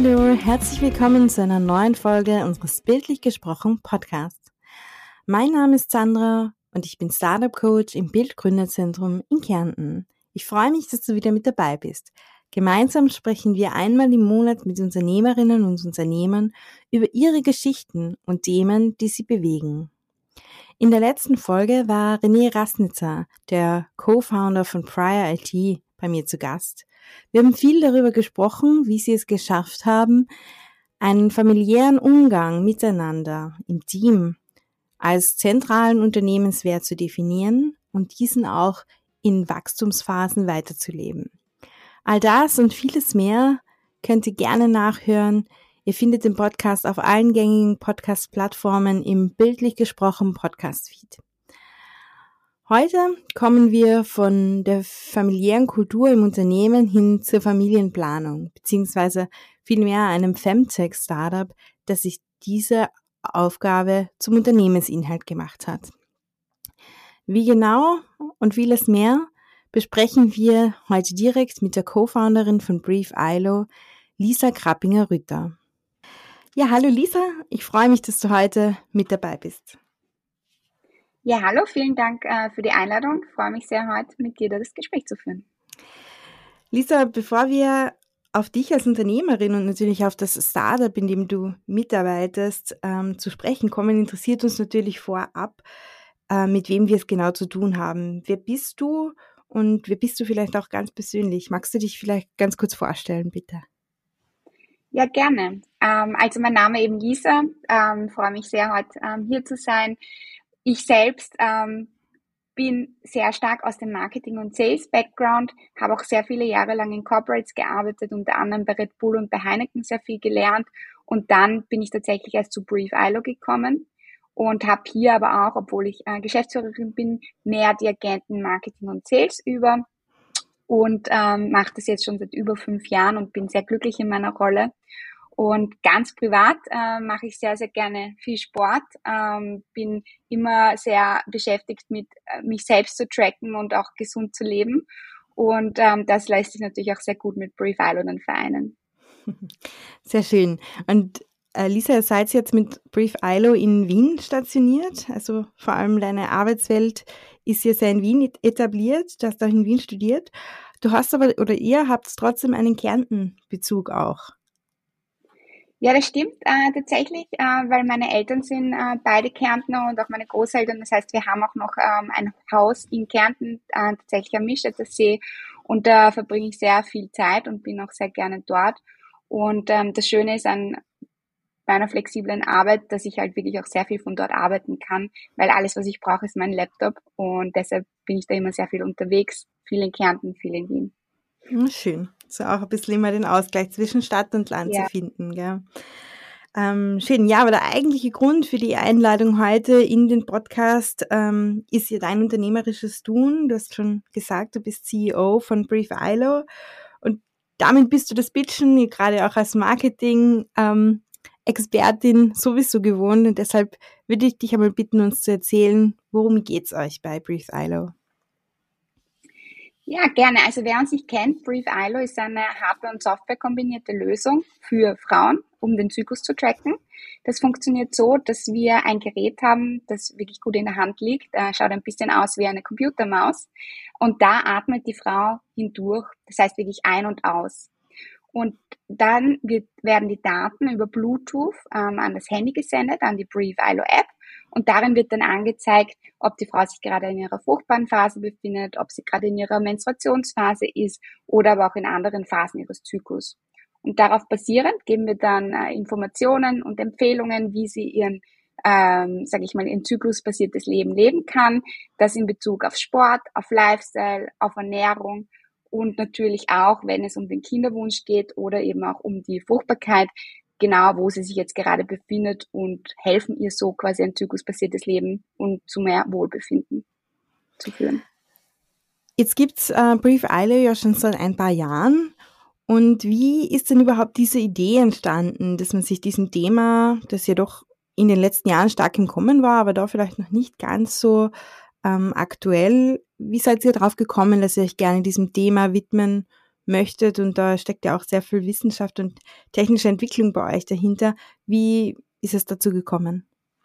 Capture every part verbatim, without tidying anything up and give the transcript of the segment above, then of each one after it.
Hallo, herzlich willkommen zu einer neuen Folge unseres Bildlich gesprochen Podcasts. Mein Name ist Sandra und ich bin Startup Coach im Bildgründerzentrum in Kärnten. Ich freue mich, dass du wieder mit dabei bist. Gemeinsam sprechen wir einmal im Monat mit Unternehmerinnen und Unternehmern über ihre Geschichten und Themen, die sie bewegen. In der letzten Folge war René Rassnitzer, der Co-Founder von Prior I T, bei mir zu Gast. Wir haben viel darüber gesprochen, wie sie es geschafft haben, einen familiären Umgang miteinander im Team als zentralen Unternehmenswert zu definieren und diesen auch in Wachstumsphasen weiterzuleben. All das und vieles mehr könnt ihr gerne nachhören. Ihr findet den Podcast auf allen gängigen Podcast-Plattformen im Bildlich gesprochen Podcast-Feed. Heute kommen wir von der familiären Kultur im Unternehmen hin zur Familienplanung, beziehungsweise vielmehr einem Femtech-Startup, das sich diese Aufgabe zum Unternehmensinhalt gemacht hat. Wie genau und vieles mehr besprechen wir heute direkt mit der Co-Founderin von Brief I L O, Lisa Krappinger-Rütter. Ja, hallo Lisa, ich freue mich, dass du heute mit dabei bist. Ja, hallo, vielen Dank äh, für die Einladung. Ich freue mich sehr, heute mit dir das Gespräch zu führen. Lisa, bevor wir auf dich als Unternehmerin und natürlich auf das Startup, in dem du mitarbeitest, ähm, zu sprechen kommen, interessiert uns natürlich vorab, äh, mit wem wir es genau zu tun haben. Wer bist du und wer bist du vielleicht auch ganz persönlich? Magst du dich vielleicht ganz kurz vorstellen, bitte? Ja, gerne. Ähm, also mein Name ist eben Lisa. Ähm, freue mich sehr, heute ähm, hier zu sein. Ich selbst ähm, bin sehr stark aus dem Marketing- und Sales-Background, habe auch sehr viele Jahre lang in Corporates gearbeitet, unter anderem bei Red Bull und bei Heineken sehr viel gelernt. Und dann bin ich tatsächlich erst zu Brief I L O gekommen und habe hier aber auch, obwohl ich äh, Geschäftsführerin bin, mehr die Agenten Marketing und Sales über und ähm, mache das jetzt schon seit über fünf Jahren und bin sehr glücklich in meiner Rolle. Und ganz privat äh, mache ich sehr, sehr gerne viel Sport, ähm, bin immer sehr beschäftigt mit äh, mich selbst zu tracken und auch gesund zu leben. Und ähm, das lässt sich natürlich auch sehr gut mit Brief I L O dann vereinen. Sehr schön. Und äh, Lisa, ihr seid jetzt mit Brief I L O in Wien stationiert. Also vor allem deine Arbeitswelt ist jetzt ja in Wien etabliert. Du hast auch in Wien studiert. Du hast aber, oder ihr habt trotzdem einen Kärnten-Bezug auch. Ja, das stimmt äh, tatsächlich, äh, weil meine Eltern sind äh, beide Kärntner und auch meine Großeltern. Das heißt, wir haben auch noch ähm, ein Haus in Kärnten, äh, tatsächlich am Mischetzer See. Und da verbringe ich sehr viel Zeit und bin auch sehr gerne dort. Und ähm, das Schöne ist an meiner flexiblen Arbeit, dass ich halt wirklich auch sehr viel von dort arbeiten kann, weil alles, was ich brauche, ist mein Laptop. Und deshalb bin ich da immer sehr viel unterwegs, viel in Kärnten, viel in Wien. Ja, schön. So auch ein bisschen immer den Ausgleich zwischen Stadt und Land Ja. zu finden, gell? Ähm, schön. Ja, aber der eigentliche Grund für die Einladung heute in den Podcast ähm, ist ja dein unternehmerisches Tun. Du hast schon gesagt, du bist C E O von Brief I L O und damit bist du das Pitchen, gerade auch als Marketing ähm, Expertin sowieso gewohnt und deshalb würde ich dich einmal bitten, uns zu erzählen, worum geht's euch bei Brief I L O? Ja, gerne. Also wer uns nicht kennt, Brief I L O ist eine Hardware- und Software kombinierte Lösung für Frauen, um den Zyklus zu tracken. Das funktioniert so, dass wir ein Gerät haben, das wirklich gut in der Hand liegt, äh, schaut ein bisschen aus wie eine Computermaus und da atmet die Frau hindurch, das heißt wirklich ein und aus. Und dann wird, werden die Daten über Bluetooth ähm, an das Handy gesendet, an die Brief I L O App. Und darin wird dann angezeigt, ob die Frau sich gerade in ihrer fruchtbaren Phase befindet, ob sie gerade in ihrer Menstruationsphase ist oder aber auch in anderen Phasen ihres Zyklus. Und darauf basierend geben wir dann äh, Informationen und Empfehlungen, wie sie ihren, ähm, sage ich mal, ihren zyklusbasiertes Leben leben kann. Das in Bezug auf Sport, auf Lifestyle, auf Ernährung. Und natürlich auch, wenn es um den Kinderwunsch geht oder eben auch um die Fruchtbarkeit, genau wo sie sich jetzt gerade befindet und helfen ihr so quasi ein zyklusbasiertes Leben und zu mehr Wohlbefinden zu führen. Jetzt gibt's äh, Brief I L O ja schon seit ein paar Jahren. Und wie ist denn überhaupt diese Idee entstanden, dass man sich diesem Thema, das ja doch in den letzten Jahren stark im Kommen war, aber da vielleicht noch nicht ganz so ähm, aktuell, wie seid ihr drauf gekommen, dass ihr euch gerne diesem Thema widmen möchtet und da steckt ja auch sehr viel Wissenschaft und technische Entwicklung bei euch dahinter. Wie ist es dazu gekommen?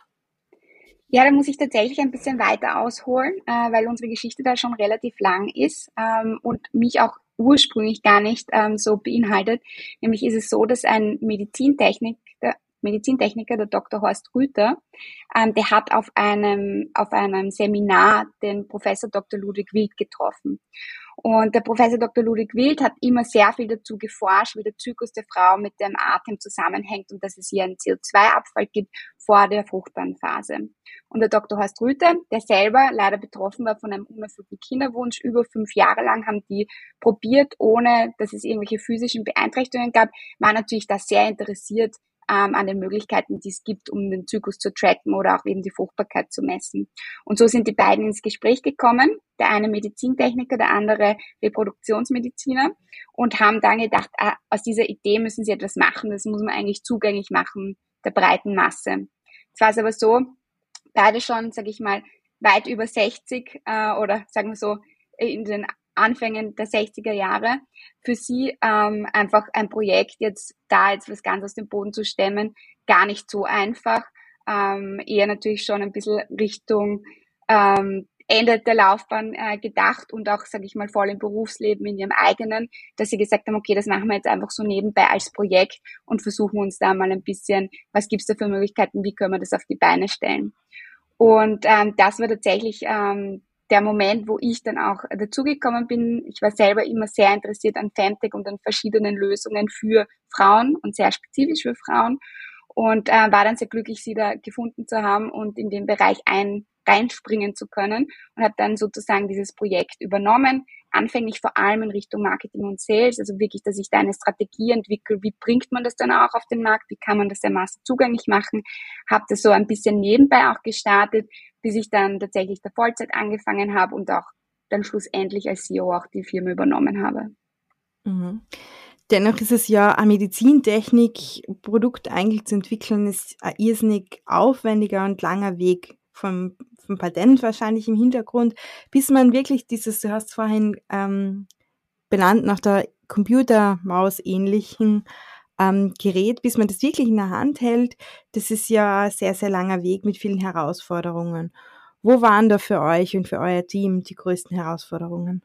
Ja, da muss ich tatsächlich ein bisschen weiter ausholen, äh, weil unsere Geschichte da schon relativ lang ist ähm, und mich auch ursprünglich gar nicht ähm, so beinhaltet. Nämlich ist es so, dass ein Medizintechnik, der Medizintechniker, der Doktor Horst Rüther, ähm, der hat auf einem, auf einem Seminar den Professor Doktor Ludwig Wild getroffen. Und der Professor Doktor Ludwig Wild hat immer sehr viel dazu geforscht, wie der Zyklus der Frau mit dem Atem zusammenhängt und dass es hier einen C O zwei Abfall gibt vor der fruchtbaren Phase. Und der Doktor Horst Rüther, der selber leider betroffen war von einem unerfüllten Kinderwunsch, über fünf Jahre lang haben die probiert, ohne dass es irgendwelche physischen Beeinträchtigungen gab, war natürlich da sehr interessiert ähm, an den Möglichkeiten, die es gibt, um den Zyklus zu tracken oder auch eben die Fruchtbarkeit zu messen. Und so sind die beiden ins Gespräch gekommen, der eine Medizintechniker, der andere Reproduktionsmediziner, und haben dann gedacht, ah, aus dieser Idee müssen sie etwas machen, das muss man eigentlich zugänglich machen der breiten Masse. Es war aber so, beide schon, sage ich mal, weit über sechzig äh, oder sagen wir so in den Anfängen der sechziger Jahre. Für sie ähm, einfach ein Projekt jetzt da jetzt was ganz aus dem Boden zu stemmen, gar nicht so einfach. Ähm, eher natürlich schon ein bisschen Richtung ähm, Ende der Laufbahn äh, gedacht und auch, sage ich mal, voll im Berufsleben, in ihrem eigenen, dass sie gesagt haben, okay, das machen wir jetzt einfach so nebenbei als Projekt und versuchen uns da mal ein bisschen, was gibt's da für Möglichkeiten, wie können wir das auf die Beine stellen. Und ähm, das war tatsächlich ähm, der Moment, wo ich dann auch dazugekommen bin. Ich war selber immer sehr interessiert an Femtech und an verschiedenen Lösungen für Frauen und sehr spezifisch für Frauen und äh, war dann sehr glücklich, sie da gefunden zu haben und in den Bereich ein reinspringen zu können und habe dann sozusagen dieses Projekt übernommen, anfänglich vor allem in Richtung Marketing und Sales, also wirklich, dass ich da eine Strategie entwickle, wie bringt man das dann auch auf den Markt, wie kann man das der Masse zugänglich machen, habe das so ein bisschen nebenbei auch gestartet, bis ich dann tatsächlich der Vollzeit angefangen habe und auch dann schlussendlich als C E O auch die Firma übernommen habe. Mhm. Dennoch ist es ja eine Medizintechnik, Produkt eigentlich zu entwickeln, ist ein irrsinnig aufwendiger und langer Weg vom, vom Patent wahrscheinlich im Hintergrund, bis man wirklich dieses, du hast vorhin ähm, benannt, nach der Computermaus-ähnlichen ähm, Gerät, bis man das wirklich in der Hand hält, das ist ja ein sehr, sehr langer Weg mit vielen Herausforderungen. Wo waren da für euch und für euer Team die größten Herausforderungen?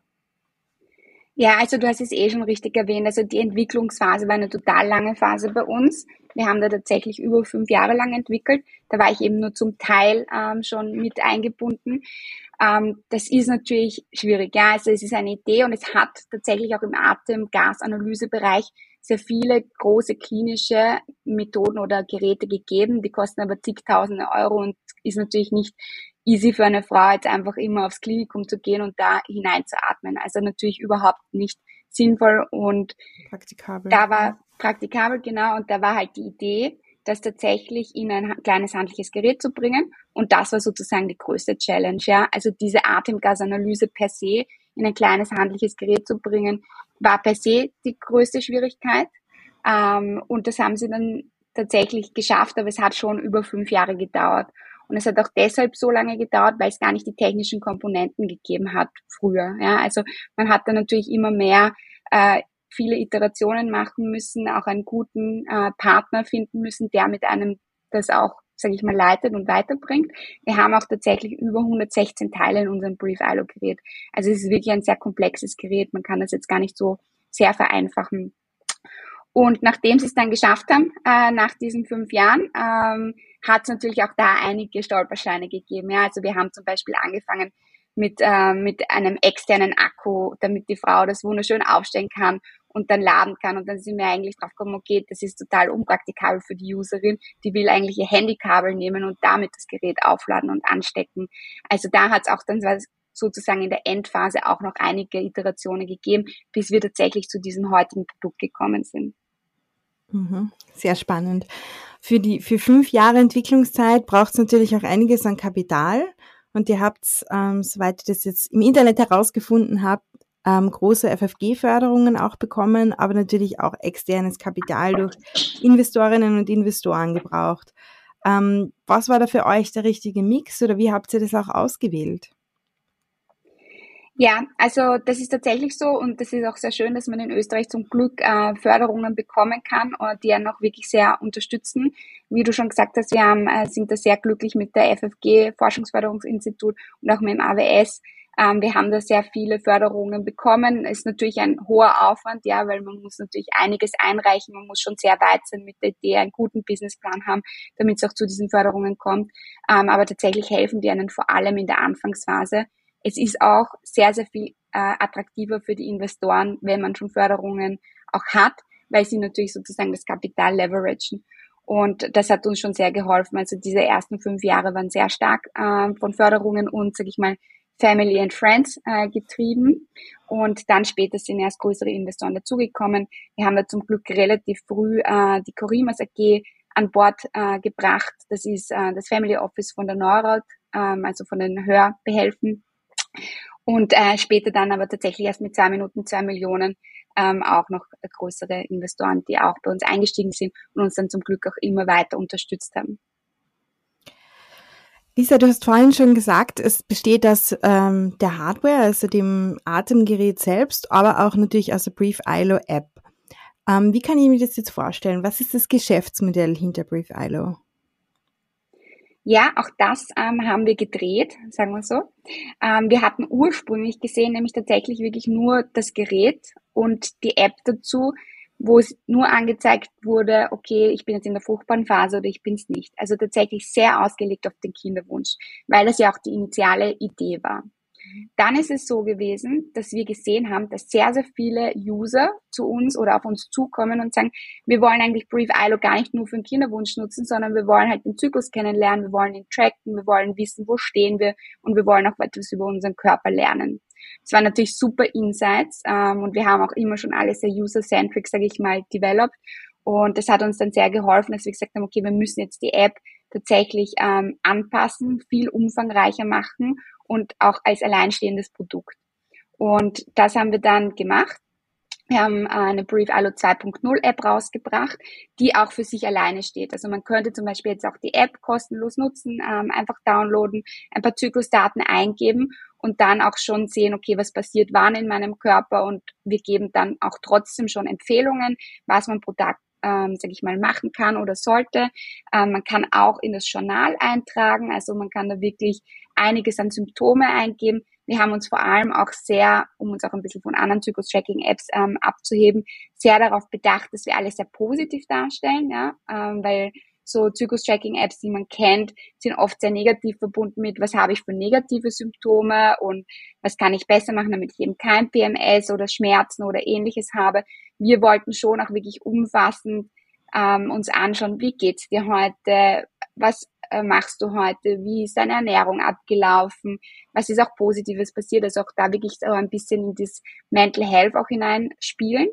Ja, also du hast es eh schon richtig erwähnt. Also die Entwicklungsphase war eine total lange Phase bei uns. Wir haben da tatsächlich über fünf Jahre lang entwickelt. Da war ich eben nur zum Teil ähm, schon mit eingebunden. Ähm, das ist natürlich schwierig. Ja, also es ist eine Idee und es hat tatsächlich auch im Atemgasanalysebereich sehr viele große klinische Methoden oder Geräte gegeben. Die kosten aber zigtausende Euro und ist natürlich nicht easy für eine Frau, jetzt einfach immer aufs Klinikum zu gehen und da hineinzuatmen. Also natürlich überhaupt nicht sinnvoll und Praktikabel. da war praktikabel, genau, und da war halt die Idee, das tatsächlich in ein kleines handliches Gerät zu bringen und das war sozusagen die größte Challenge, ja. Also diese Atemgasanalyse per se in ein kleines handliches Gerät zu bringen, war per se die größte Schwierigkeit ähm, und das haben sie dann tatsächlich geschafft, aber es hat schon über fünf Jahre gedauert. Und es hat auch deshalb so lange gedauert, weil es gar nicht die technischen Komponenten gegeben hat früher. Ja, also man hat dann natürlich immer mehr äh, viele Iterationen machen müssen, auch einen guten äh, Partner finden müssen, der mit einem das auch, sage ich mal, leitet und weiterbringt. Wir haben auch tatsächlich über hundertsechzehn Teile in unserem Brief I L O-Gerät. Also es ist wirklich ein sehr komplexes Gerät. Man kann das jetzt gar nicht so sehr vereinfachen. Und nachdem sie es dann geschafft haben, äh, nach diesen fünf Jahren, ähm, hat es natürlich auch da einige Stolpersteine gegeben. Ja, also wir haben zum Beispiel angefangen mit äh, mit einem externen Akku, damit die Frau das wunderschön aufstellen kann und dann laden kann. Und dann sind wir eigentlich drauf gekommen, okay, das ist total unpraktikabel für die Userin. Die will eigentlich ihr Handykabel nehmen und damit das Gerät aufladen und anstecken. Also da hat es auch dann sozusagen in der Endphase auch noch einige Iterationen gegeben, bis wir tatsächlich zu diesem heutigen Produkt gekommen sind. Mhm, sehr spannend. Für die für fünf Jahre Entwicklungszeit braucht es natürlich auch einiges an Kapital und ihr habt, ähm, soweit ich das jetzt im Internet herausgefunden habe, ähm, große F F G-Förderungen auch bekommen, aber natürlich auch externes Kapital durch Investorinnen und Investoren gebraucht. Ähm, was war da für euch der richtige Mix oder wie habt ihr das auch ausgewählt? Ja, also das ist tatsächlich so und das ist auch sehr schön, dass man in Österreich zum Glück äh, Förderungen bekommen kann, äh, die einen auch wirklich sehr unterstützen. Wie du schon gesagt hast, wir haben, äh, sind da sehr glücklich mit der F F G, Forschungsförderungsinstitut und auch mit dem A W S. Ähm, wir haben da sehr viele Förderungen bekommen. Ist natürlich ein hoher Aufwand, ja, weil man muss natürlich einiges einreichen. Man muss schon sehr weit sein mit der Idee, einen guten Businessplan haben, damit es auch zu diesen Förderungen kommt. Ähm, aber tatsächlich helfen die einen vor allem in der Anfangsphase. Es ist auch sehr, sehr viel äh, attraktiver für die Investoren, wenn man schon Förderungen auch hat, weil sie natürlich sozusagen das Kapital leveragen. Und das hat uns schon sehr geholfen. Also diese ersten fünf Jahre waren sehr stark äh, von Förderungen und, sag ich mal, Family and Friends äh, getrieben. Und dann später sind erst größere Investoren dazugekommen. Wir haben da zum Glück relativ früh äh, die Corimas A G an Bord äh, gebracht. Das ist äh, das Family Office von der Neurath, ähm, also von den Hörbehelfen. Und äh, später dann aber tatsächlich erst mit zwei Minuten, zwei Millionen ähm, auch noch größere Investoren, die auch bei uns eingestiegen sind und uns dann zum Glück auch immer weiter unterstützt haben. Lisa, du hast vorhin schon gesagt, es besteht aus ähm, der Hardware, also dem Atemgerät selbst, aber auch natürlich aus der BreathILO App. Ähm, wie kann ich mir das jetzt vorstellen? Was ist das Geschäftsmodell hinter BreathILO? Ja, auch das ähm, haben wir gedreht, sagen wir so. Ähm, wir hatten ursprünglich gesehen, nämlich tatsächlich wirklich nur das Gerät und die App dazu, wo es nur angezeigt wurde, okay, ich bin jetzt in der fruchtbaren Phase oder ich bin es nicht. Also tatsächlich sehr ausgelegt auf den Kinderwunsch, weil das ja auch die initiale Idee war. Dann ist es so gewesen, dass wir gesehen haben, dass sehr, sehr viele User zu uns oder auf uns zukommen und sagen, wir wollen eigentlich BreathILO gar nicht nur für den Kinderwunsch nutzen, sondern wir wollen halt den Zyklus kennenlernen, wir wollen ihn tracken, wir wollen wissen, wo stehen wir und wir wollen auch etwas über unseren Körper lernen. Es waren natürlich super Insights ähm, und wir haben auch immer schon alles sehr user-centric, sage ich mal, developed und das hat uns dann sehr geholfen, dass wir gesagt haben, okay, wir müssen jetzt die App tatsächlich ähm, anpassen, viel umfangreicher machen und auch als alleinstehendes Produkt. Und das haben wir dann gemacht. Wir haben eine BreathILO zwei Punkt null App rausgebracht, die auch für sich alleine steht. Also man könnte zum Beispiel jetzt auch die App kostenlos nutzen, ähm, einfach downloaden, ein paar Zyklusdaten eingeben und dann auch schon sehen, okay, was passiert wann in meinem Körper und wir geben dann auch trotzdem schon Empfehlungen, was man pro Tag ähm, sage ich mal, machen kann oder sollte. Ähm, man kann auch in das Journal eintragen, also man kann da wirklich einiges an Symptome eingeben. Wir haben uns vor allem auch sehr, um uns auch ein bisschen von anderen Zyklus-Tracking-Apps ähm, abzuheben, sehr darauf bedacht, dass wir alles sehr positiv darstellen, ja, ähm, weil so Zyklus-Tracking-Apps, die man kennt, sind oft sehr negativ verbunden mit, was habe ich für negative Symptome und was kann ich besser machen, damit ich eben kein P M S oder Schmerzen oder ähnliches habe. Wir wollten schon auch wirklich umfassend ähm, uns anschauen, wie geht's dir heute, was äh, machst du heute, wie ist deine Ernährung abgelaufen, was ist auch Positives passiert, also auch da wirklich so ein bisschen in das Mental Health auch hineinspielen.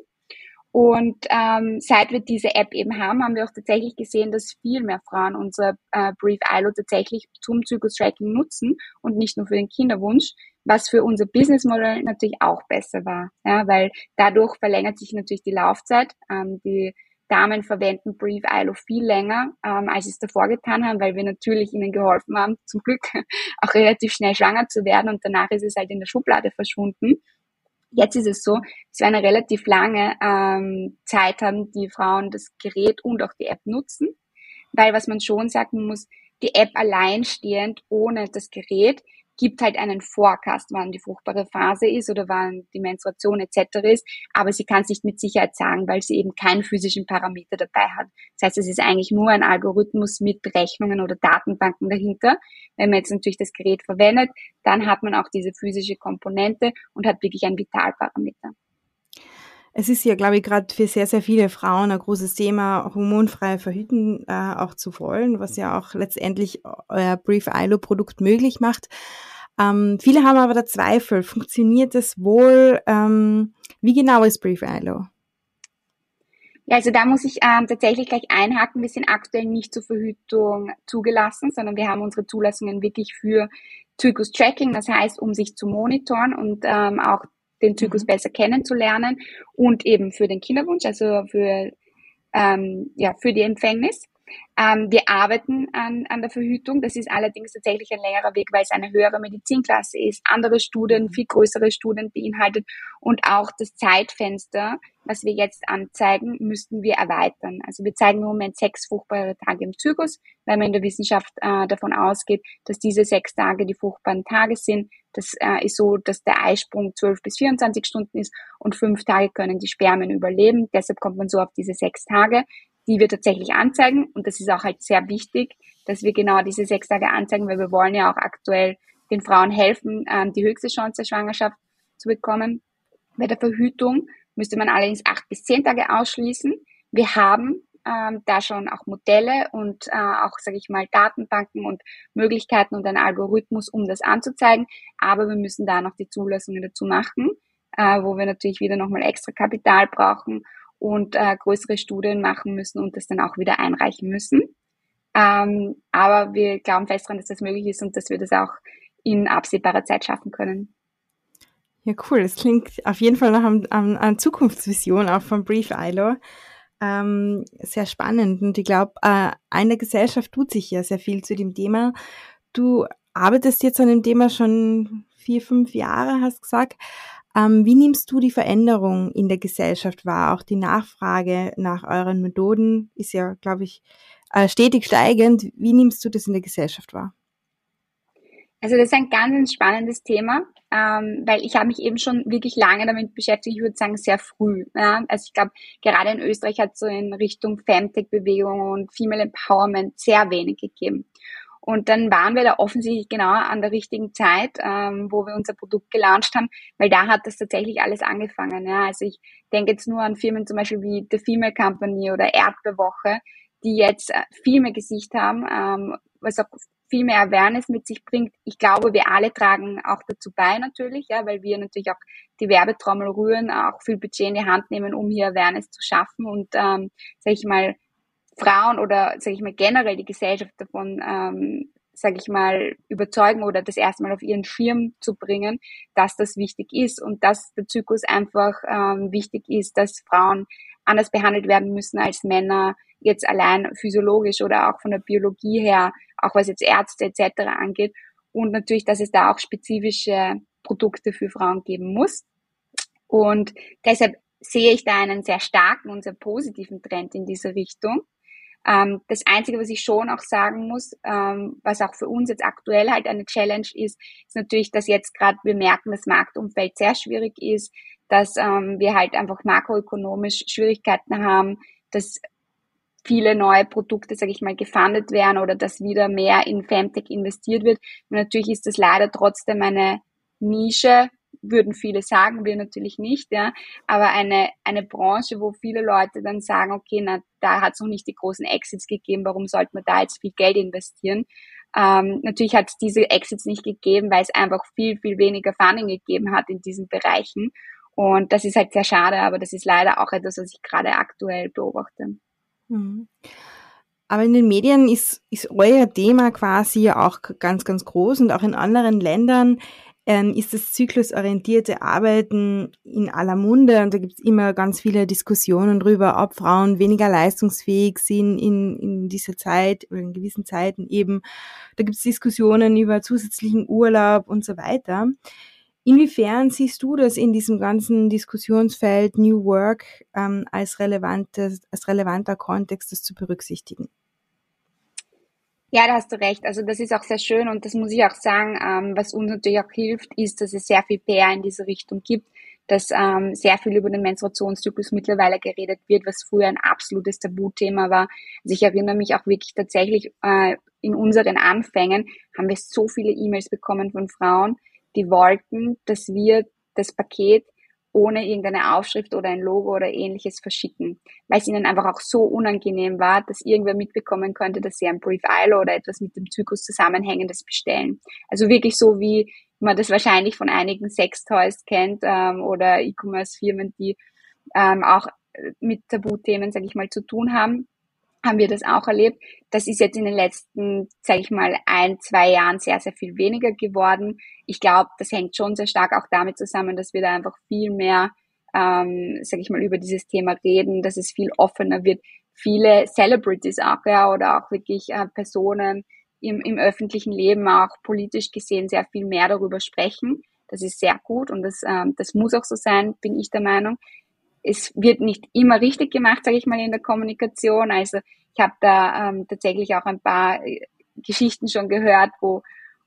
Und ähm, seit wir diese App eben haben, haben wir auch tatsächlich gesehen, dass viel mehr Frauen unser äh, BreathILO tatsächlich zum Zyklus-Tracking nutzen und nicht nur für den Kinderwunsch, was für unser Businessmodell natürlich auch besser war, ja, weil dadurch verlängert sich natürlich die Laufzeit. Ähm, die Damen verwenden BreathILO viel länger, ähm, als sie es davor getan haben, weil wir natürlich ihnen geholfen haben, zum Glück auch relativ schnell schwanger zu werden und danach ist es halt in der Schublade verschwunden. Jetzt ist es so, dass wir eine relativ lange ähm, Zeit haben, die Frauen das Gerät und auch die App nutzen, weil was man schon sagen muss, die App alleinstehend ohne das Gerät gibt halt einen Forecast, wann die fruchtbare Phase ist oder wann die Menstruation et cetera ist, aber sie kann es nicht mit Sicherheit sagen, weil sie eben keinen physischen Parameter dabei hat. Das heißt, es ist eigentlich nur ein Algorithmus mit Rechnungen oder Datenbanken dahinter. Wenn man jetzt natürlich das Gerät verwendet, dann hat man auch diese physische Komponente und hat wirklich einen Vitalparameter. Es ist ja, glaube ich, gerade für sehr, sehr viele Frauen ein großes Thema, hormonfrei verhüten äh, auch zu wollen, was ja auch letztendlich euer BreathILO-Produkt möglich macht. Ähm, viele haben aber da Zweifel. Funktioniert das wohl? Ähm, wie genau ist BreathILO? Ja, also da muss ich ähm, tatsächlich gleich einhaken. Wir sind aktuell nicht zur Verhütung zugelassen, sondern wir haben unsere Zulassungen wirklich für Zyklus-Tracking, das heißt, um sich zu monitoren und ähm, auch den Zyklus mhm. besser kennenzulernen und eben für den Kinderwunsch, also für ähm, ja für die Empfängnis. Ähm, wir arbeiten an, an der Verhütung. Das ist allerdings tatsächlich ein längerer Weg, weil es eine höhere Medizinklasse ist, andere Studien, viel größere Studien beinhaltet und auch das Zeitfenster, was wir jetzt anzeigen, müssten wir erweitern. Also wir zeigen im Moment sechs fruchtbare Tage im Zyklus, weil man in der Wissenschaft äh, davon ausgeht, dass diese sechs Tage die fruchtbaren Tage sind. Das äh, ist so, dass der Eisprung zwölf bis vierundzwanzig Stunden ist und fünf Tage können die Spermien überleben. Deshalb kommt man so auf diese sechs Tage, die wir tatsächlich anzeigen. Und das ist auch halt sehr wichtig, dass wir genau diese sechs Tage anzeigen, weil wir wollen ja auch aktuell den Frauen helfen, ähm, die höchste Chance der Schwangerschaft zu bekommen. Bei der Verhütung müsste man allerdings acht bis zehn Tage ausschließen. Wir haben ähm, da schon auch Modelle und äh, auch, sage ich mal, Datenbanken und Möglichkeiten und einen Algorithmus, um das anzuzeigen. Aber wir müssen da noch die Zulassungen dazu machen, äh, wo wir natürlich wieder nochmal extra Kapital brauchen und äh, größere Studien machen müssen und das dann auch wieder einreichen müssen. Ähm, aber wir glauben fest daran, dass das möglich ist und dass wir das auch in absehbarer Zeit schaffen können. Ja, cool. Das klingt auf jeden Fall nach einer, einer Zukunftsvision auch von Brief I L O. Ähm, sehr spannend. Und ich glaube, äh, in der Gesellschaft tut sich ja sehr viel zu dem Thema. Du arbeitest jetzt an dem Thema schon vier, fünf Jahre, hast gesagt. Ähm, wie nimmst du die Veränderung in der Gesellschaft wahr? Auch die Nachfrage nach euren Methoden ist ja, glaube ich, äh, stetig steigend. Wie nimmst du das in der Gesellschaft wahr? Also das ist ein ganz spannendes Thema, ähm, weil ich habe mich eben schon wirklich lange damit beschäftigt, ich würde sagen sehr früh. Ja? Also ich glaube, gerade in Österreich hat es so in Richtung Femtech-Bewegung und Female Empowerment sehr wenig gegeben. Und dann waren wir da offensichtlich genau an der richtigen Zeit, ähm, wo wir unser Produkt gelauncht haben, weil da hat das tatsächlich alles angefangen. Ja? Also ich denke jetzt nur an Firmen zum Beispiel wie The Female Company oder Erdbeerwoche, die jetzt viel mehr Gesicht haben, ähm, was auch viel mehr Awareness mit sich bringt. Ich glaube, wir alle tragen auch dazu bei natürlich, ja, weil wir natürlich auch die Werbetrommel rühren, auch viel Budget in die Hand nehmen, um hier Awareness zu schaffen und, ähm, sage ich mal, Frauen oder, sage ich mal, generell die Gesellschaft davon, ähm, sage ich mal, überzeugen oder das erstmal auf ihren Schirm zu bringen, dass das wichtig ist und dass der Zyklus einfach ähm, wichtig ist, dass Frauen anders behandelt werden müssen als Männer, jetzt allein physiologisch oder auch von der Biologie her, auch was jetzt Ärzte et cetera angeht. Und natürlich, dass es da auch spezifische Produkte für Frauen geben muss. Und deshalb sehe ich da einen sehr starken und sehr positiven Trend in diese Richtung. Ähm, das Einzige, was ich schon auch sagen muss, ähm, was auch für uns jetzt aktuell halt eine Challenge ist, ist natürlich, dass jetzt gerade wir merken, das Marktumfeld sehr schwierig ist, dass ähm, wir halt einfach makroökonomisch Schwierigkeiten haben, dass viele neue Produkte, sage ich mal, gefundet werden oder dass wieder mehr in Femtech investiert wird. Und natürlich ist das leider trotzdem eine Nische, würden viele sagen, wir natürlich nicht, ja, aber eine eine Branche, wo viele Leute dann sagen, okay, na, da hat es noch nicht die großen Exits gegeben, warum sollte man da jetzt viel Geld investieren? Ähm, natürlich hat es diese Exits nicht gegeben, weil es einfach viel, viel weniger Funding gegeben hat in diesen Bereichen. Und das ist halt sehr schade, aber das ist leider auch etwas, was ich gerade aktuell beobachte. Aber in den Medien ist, ist euer Thema quasi ja auch ganz, ganz groß und auch in anderen Ländern ähm, ist das zyklusorientierte Arbeiten in aller Munde und da gibt es immer ganz viele Diskussionen darüber, ob Frauen weniger leistungsfähig sind in, in dieser Zeit oder in gewissen Zeiten eben. Da gibt es Diskussionen über zusätzlichen Urlaub und so weiter. Inwiefern siehst du das in diesem ganzen Diskussionsfeld New Work ähm, als, relevantes, als relevanter Kontext, das zu berücksichtigen? Ja, da hast du recht. Also das ist auch sehr schön und das muss ich auch sagen, ähm, was uns natürlich auch hilft, ist, dass es sehr viel P R in diese Richtung gibt, dass ähm, sehr viel über den Menstruationszyklus mittlerweile geredet wird, was früher ein absolutes Tabuthema war. Also ich erinnere mich auch wirklich tatsächlich, äh, in unseren Anfängen haben wir so viele E-Mails bekommen von Frauen, die wollten, dass wir das Paket ohne irgendeine Aufschrift oder ein Logo oder ähnliches verschicken, weil es ihnen einfach auch so unangenehm war, dass irgendwer mitbekommen könnte, dass sie ein Brief I L O oder etwas mit dem Zyklus Zusammenhängendes bestellen. Also wirklich so, wie man das wahrscheinlich von einigen Sextoys kennt ähm, oder E-Commerce-Firmen, die ähm, auch mit Tabuthemen, sage ich mal, zu tun haben, haben wir das auch erlebt. Das ist jetzt in den letzten, sage ich mal, ein, zwei Jahren sehr, sehr viel weniger geworden. Ich glaube, das hängt schon sehr stark auch damit zusammen, dass wir da einfach viel mehr, ähm, sage ich mal, über dieses Thema reden, dass es viel offener wird, viele Celebrities auch, ja, oder auch wirklich äh, Personen im, im öffentlichen Leben auch politisch gesehen sehr viel mehr darüber sprechen. Das ist sehr gut und das, ähm, das muss auch so sein, bin ich der Meinung. Es wird nicht immer richtig gemacht, sage ich mal, in der Kommunikation. Also ich habe da ähm, tatsächlich auch ein paar äh, Geschichten schon gehört, wo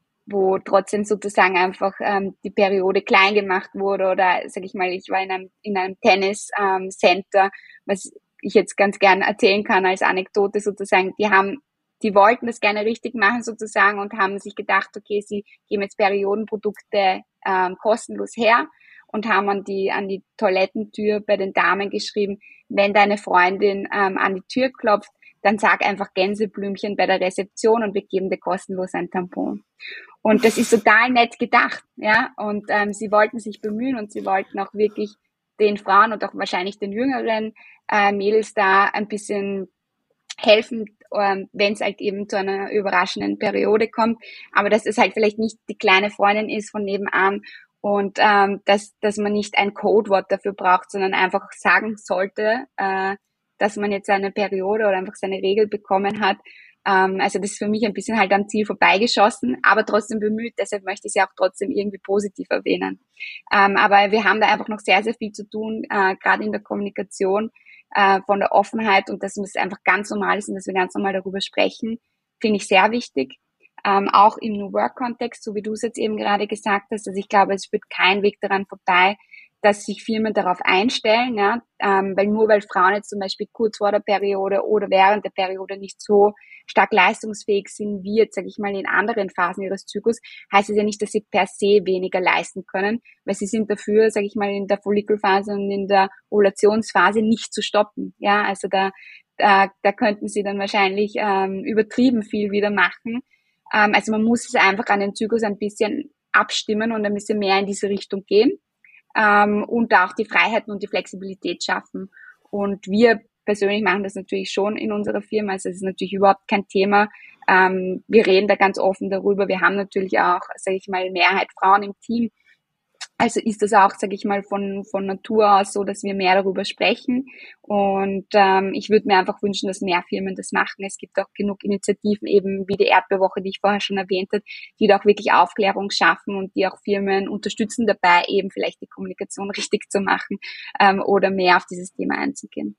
wo trotzdem sozusagen einfach ähm, die Periode klein gemacht wurde oder, sage ich mal, ich war in einem in einem Tennis ähm, Center, was ich jetzt ganz gern erzählen kann als Anekdote sozusagen. Die haben, die wollten das gerne richtig machen sozusagen und haben sich gedacht, okay, sie geben jetzt Periodenprodukte ähm, kostenlos her und haben an die an die Toilettentür bei den Damen geschrieben, wenn deine Freundin ähm, an die Tür klopft, dann sag einfach Gänseblümchen bei der Rezeption und wir geben dir kostenlos ein Tampon. Und das ist total nett gedacht, ja. Und ähm, sie wollten sich bemühen und sie wollten auch wirklich den Frauen und auch wahrscheinlich den jüngeren äh, Mädels da ein bisschen helfen, ähm, wenn es halt eben zu einer überraschenden Periode kommt. Aber dass es halt vielleicht nicht die kleine Freundin ist von nebenan und ähm, dass, dass man nicht ein Codewort dafür braucht, sondern einfach sagen sollte, äh, dass man jetzt eine Periode oder einfach seine Regel bekommen hat. Ähm, also das ist für mich ein bisschen halt am Ziel vorbeigeschossen, aber trotzdem bemüht. Deshalb möchte ich sie auch trotzdem irgendwie positiv erwähnen. Ähm, aber wir haben da einfach noch sehr, sehr viel zu tun, äh, gerade in der Kommunikation, äh, von der Offenheit und dass es einfach ganz normal ist und dass wir ganz normal darüber sprechen, finde ich sehr wichtig. Ähm, auch im New Work-Kontext, so wie du es jetzt eben gerade gesagt hast. Also ich glaube, es führt kein Weg daran vorbei, dass sich Firmen darauf einstellen, ja, ähm, weil nur weil Frauen jetzt zum Beispiel kurz vor der Periode oder während der Periode nicht so stark leistungsfähig sind wie jetzt, sage ich mal, in anderen Phasen ihres Zyklus, heißt es ja nicht, dass sie per se weniger leisten können, weil sie sind dafür, sage ich mal, in der Follikelphase und in der Ovulationsphase nicht zu stoppen. Ja, also da, da, da könnten sie dann wahrscheinlich ähm, übertrieben viel wieder machen. Ähm, also man muss es einfach an den Zyklus ein bisschen abstimmen und ein bisschen mehr in diese Richtung gehen. Ähm, und auch die Freiheiten und die Flexibilität schaffen. Und wir persönlich machen das natürlich schon in unserer Firma. Also es ist natürlich überhaupt kein Thema. Ähm, wir reden da ganz offen darüber. Wir haben natürlich auch, sage ich mal, Mehrheit Frauen im Team. Also ist das auch, sage ich mal, von von Natur aus so, dass wir mehr darüber sprechen. Und ähm, ich würde mir einfach wünschen, dass mehr Firmen das machen. Es gibt auch genug Initiativen, eben wie die Erdbeerwoche, die ich vorher schon erwähnt habe, die da auch wirklich Aufklärung schaffen und die auch Firmen unterstützen dabei, eben vielleicht die Kommunikation richtig zu machen ähm, oder mehr auf dieses Thema einzugehen.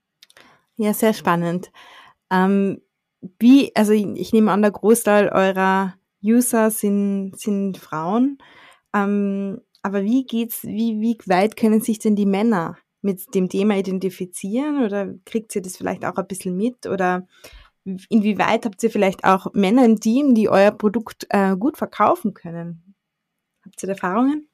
Ja, sehr spannend. Ähm, wie, also ich, ich nehme an, der Großteil eurer User sind, sind Frauen. Ähm, aber wie geht's, wie, wie weit können sich denn die Männer mit dem Thema identifizieren oder kriegt ihr das vielleicht auch ein bisschen mit oder inwieweit habt ihr vielleicht auch Männer im Team, die euer Produkt äh, gut verkaufen können? Habt ihr Erfahrungen?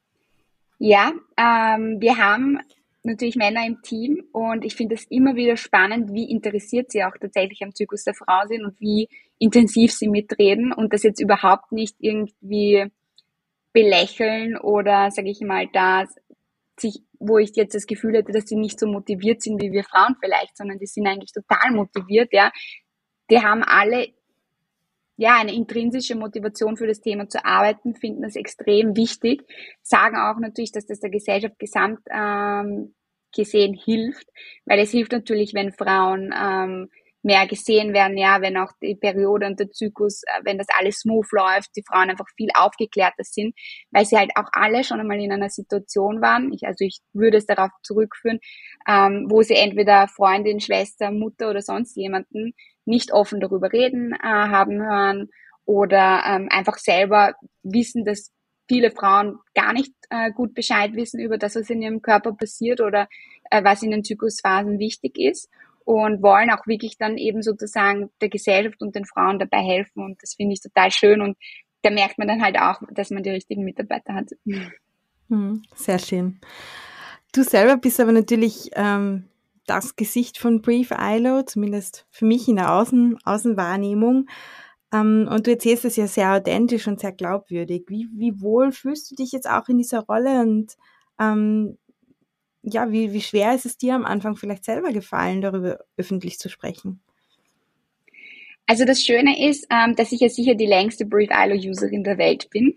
Ja, ähm, wir haben natürlich Männer im Team und ich finde es immer wieder spannend, wie interessiert sie auch tatsächlich am Zyklus der Frau sind und wie intensiv sie mitreden und das jetzt überhaupt nicht irgendwie belächeln oder, sage ich mal, da sich, wo ich jetzt das Gefühl hätte, dass sie nicht so motiviert sind wie wir Frauen vielleicht, sondern die sind eigentlich total motiviert, ja. Die haben alle ja eine intrinsische Motivation für das Thema zu arbeiten, finden das extrem wichtig, sagen auch natürlich, dass das der Gesellschaft gesamt ähm, gesehen hilft, weil es hilft natürlich, wenn Frauen ähm, mehr gesehen werden, ja, wenn auch die Periode und der Zyklus, wenn das alles smooth läuft, die Frauen einfach viel aufgeklärter sind, weil sie halt auch alle schon einmal in einer Situation waren, ich, also ich würde es darauf zurückführen, ähm, wo sie entweder Freundin, Schwester, Mutter oder sonst jemanden nicht offen darüber reden äh, haben hören oder ähm, einfach selber wissen, dass viele Frauen gar nicht äh, gut Bescheid wissen über das, was in ihrem Körper passiert oder äh, was in den Zyklusphasen wichtig ist und wollen auch wirklich dann eben sozusagen der Gesellschaft und den Frauen dabei helfen und das finde ich total schön und da merkt man dann halt auch, dass man die richtigen Mitarbeiter hat. Hm, sehr schön. Du selber bist aber natürlich ähm, das Gesicht von Brief I L O, zumindest für mich in der Außen, Außenwahrnehmung. Ähm, und du erzählst es ja sehr authentisch und sehr glaubwürdig. Wie, wie wohl fühlst du dich jetzt auch in dieser Rolle und ähm, ja, wie, wie schwer ist es dir am Anfang vielleicht selber gefallen, darüber öffentlich zu sprechen? Also das Schöne ist, ähm, dass ich ja sicher die längste Breathe I L O-Userin der Welt bin,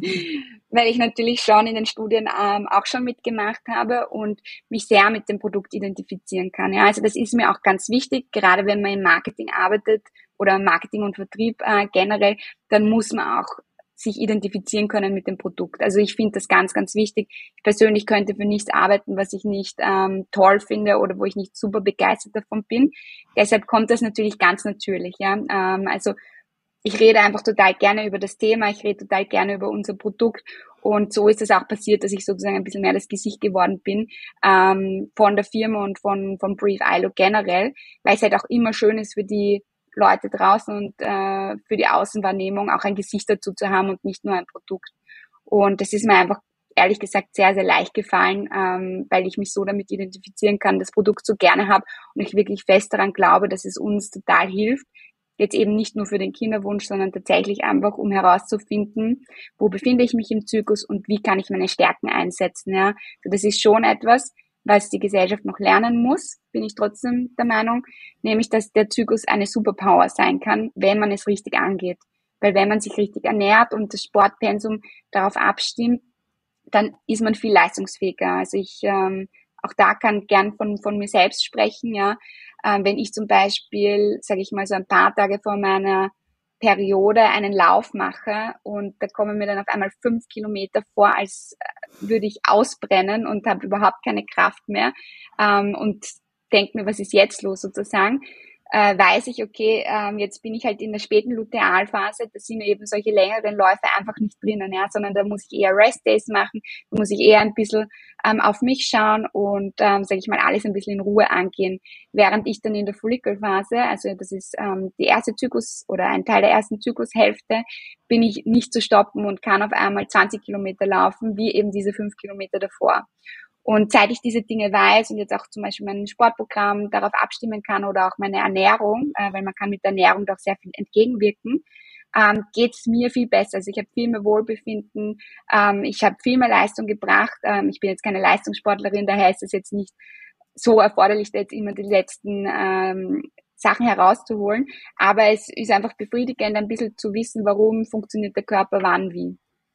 weil ich natürlich schon in den Studien ähm, auch schon mitgemacht habe und mich sehr mit dem Produkt identifizieren kann. Ja, also das ist mir auch ganz wichtig, gerade wenn man im Marketing arbeitet oder Marketing und Vertrieb äh, generell, dann muss man auch sich identifizieren können mit dem Produkt. Also ich finde das ganz, ganz wichtig. Ich persönlich könnte für nichts arbeiten, was ich nicht ähm, toll finde oder wo ich nicht super begeistert davon bin. Deshalb kommt das natürlich ganz natürlich. Ja, ähm, also ich rede einfach total gerne über das Thema, ich rede total gerne über unser Produkt und so ist es auch passiert, dass ich sozusagen ein bisschen mehr das Gesicht geworden bin ähm, von der Firma und von, von Breathe I L O generell, weil es halt auch immer schön ist für die Leute draußen und äh, für die Außenwahrnehmung auch ein Gesicht dazu zu haben und nicht nur ein Produkt. Und das ist mir einfach ehrlich gesagt sehr, sehr leicht gefallen, ähm, weil ich mich so damit identifizieren kann, das Produkt so gerne habe und ich wirklich fest daran glaube, dass es uns total hilft, jetzt eben nicht nur für den Kinderwunsch, sondern tatsächlich einfach, um herauszufinden, wo befinde ich mich im Zyklus und wie kann ich meine Stärken einsetzen. Ja, also das ist schon etwas, was die Gesellschaft noch lernen muss, bin ich trotzdem der Meinung, nämlich, dass der Zyklus eine Superpower sein kann, wenn man es richtig angeht. Weil wenn man sich richtig ernährt und das Sportpensum darauf abstimmt, dann ist man viel leistungsfähiger. Also ich ähm, auch da kann gern von von mir selbst sprechen, ja. Ähm, wenn ich zum Beispiel, sage ich mal, so ein paar Tage vor meiner Periode einen Lauf mache und da kommen mir dann auf einmal fünf Kilometer vor, als würde ich ausbrennen und habe überhaupt keine Kraft mehr ähm, und denke mir, was ist jetzt los sozusagen, äh, weiß ich, okay, ähm, jetzt bin ich halt in der späten Lutealphase, da sind eben solche längeren Läufe einfach nicht drinnen, ja, sondern da muss ich eher Rest-Days machen, da muss ich eher ein bisschen ähm, auf mich schauen und, ähm, sage ich mal, alles ein bisschen in Ruhe angehen, während ich dann in der Follikelphase, also das ist ähm, die erste Zyklus oder ein Teil der ersten Zyklushälfte, bin ich nicht zu stoppen und kann auf einmal zwanzig Kilometer laufen, wie eben diese fünf Kilometer davor. Und seit ich diese Dinge weiß und jetzt auch zum Beispiel mein Sportprogramm darauf abstimmen kann oder auch meine Ernährung, äh, weil man kann mit der Ernährung doch sehr viel entgegenwirken, ähm, geht es mir viel besser. Also ich habe viel mehr Wohlbefinden, ähm, ich habe viel mehr Leistung gebracht. Ähm, ich bin jetzt keine Leistungssportlerin, daher ist es jetzt nicht so erforderlich, da jetzt immer die letzten ähm, Sachen herauszuholen. Aber es ist einfach befriedigend, ein bisschen zu wissen, warum funktioniert der Körper wann wie.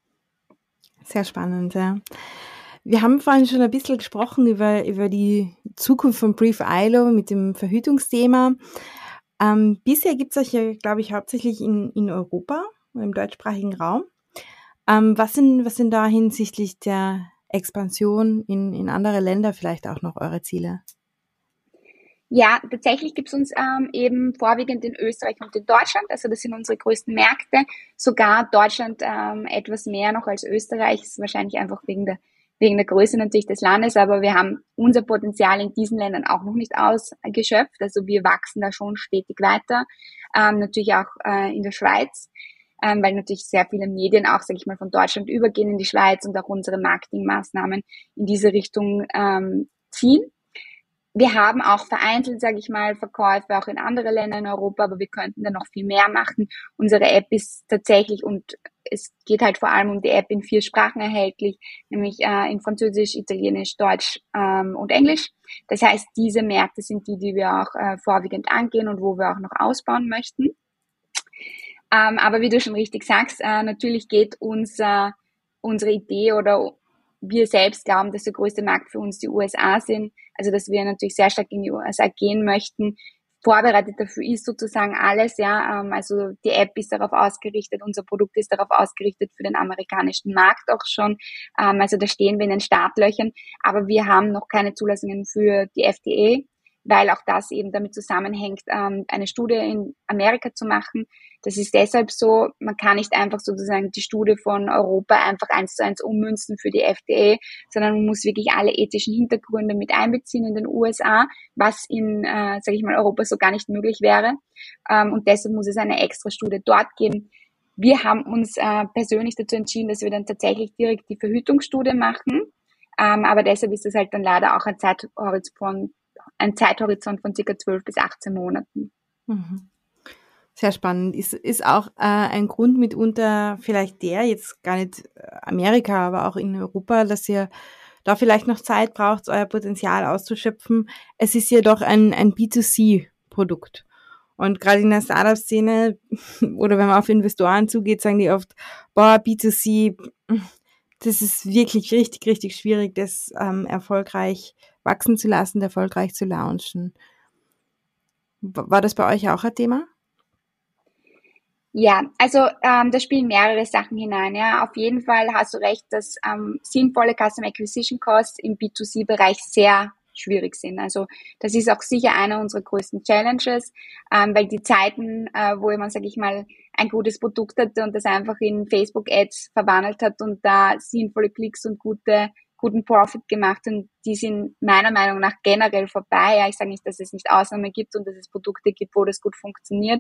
Sehr spannend, ja. Wir haben vorhin schon ein bisschen gesprochen über, über die Zukunft von Breathe I L O mit dem Verhütungsthema. Ähm, bisher gibt es euch ja, glaube ich, hauptsächlich in, in Europa, im deutschsprachigen Raum. Ähm, was sind, was sind da hinsichtlich der Expansion in, in andere Länder vielleicht auch noch eure Ziele? Ja, tatsächlich gibt es uns ähm, eben vorwiegend in Österreich und in Deutschland, also das sind unsere größten Märkte, sogar Deutschland ähm, etwas mehr noch als Österreich, ist wahrscheinlich einfach wegen der wegen der Größe natürlich des Landes, aber wir haben unser Potenzial in diesen Ländern auch noch nicht ausgeschöpft, also wir wachsen da schon stetig weiter, ähm, natürlich auch äh, in der Schweiz, ähm, weil natürlich sehr viele Medien auch, sage ich mal, von Deutschland übergehen in die Schweiz und auch unsere Marketingmaßnahmen in diese Richtung ähm, ziehen. Wir haben auch vereinzelt, sage ich mal, Verkäufe auch in andere Länder in Europa, aber wir könnten da noch viel mehr machen. Unsere App ist tatsächlich, und es geht halt vor allem um die App, in vier Sprachen erhältlich, nämlich äh, in Französisch, Italienisch, Deutsch ähm, und Englisch. Das heißt, diese Märkte sind die, die wir auch äh, vorwiegend angehen und wo wir auch noch ausbauen möchten. Ähm, aber wie du schon richtig sagst, äh, natürlich geht unser, unsere Idee oder wir selbst glauben, dass der größte Markt für uns die U S A sind, also dass wir natürlich sehr stark in die U S A gehen möchten. Vorbereitet dafür ist sozusagen alles, ja, also die App ist darauf ausgerichtet, unser Produkt ist darauf ausgerichtet für den amerikanischen Markt auch schon, also da stehen wir in den Startlöchern, aber wir haben noch keine Zulassungen für die F D A, weil auch das eben damit zusammenhängt, eine Studie in Amerika zu machen. Das ist deshalb so, man kann nicht einfach sozusagen die Studie von Europa einfach eins zu eins ummünzen für die F D A, sondern man muss wirklich alle ethischen Hintergründe mit einbeziehen in den U S A, was in, äh, sage ich mal, Europa so gar nicht möglich wäre. Ähm, und deshalb muss es eine extra Studie dort geben. Wir haben uns äh, persönlich dazu entschieden, dass wir dann tatsächlich direkt die Verhütungsstudie machen. Ähm, aber deshalb ist es halt dann leider auch ein Zeithorizont, ein Zeithorizont von circa zwölf bis achtzehn Monaten. Mhm. Sehr spannend. Ist, ist auch äh, ein Grund mitunter vielleicht der, jetzt gar nicht Amerika, aber auch in Europa, dass ihr da vielleicht noch Zeit braucht, euer Potenzial auszuschöpfen. Es ist ja doch ein, ein B zwei C Produkt. Und gerade in der Startup-Szene oder wenn man auf Investoren zugeht, sagen die oft, boah, B zwei C, das ist wirklich richtig, richtig schwierig, das ähm, erfolgreich wachsen zu lassen, erfolgreich zu launchen. War das bei euch auch ein Thema? Ja, also ähm, da spielen mehrere Sachen hinein. Ja, auf jeden Fall hast du recht, dass ähm, sinnvolle Customer Acquisition Costs im B zwei C-Bereich sehr schwierig sind. Also das ist auch sicher einer unserer größten Challenges, ähm, weil die Zeiten, äh, wo man, sage ich mal, ein gutes Produkt hatte und das einfach in Facebook-Ads verwandelt hat und da sinnvolle Klicks und gute guten Profit gemacht und die sind meiner Meinung nach generell vorbei. Ja, ich sage nicht, dass es nicht Ausnahmen gibt und dass es Produkte gibt, wo das gut funktioniert.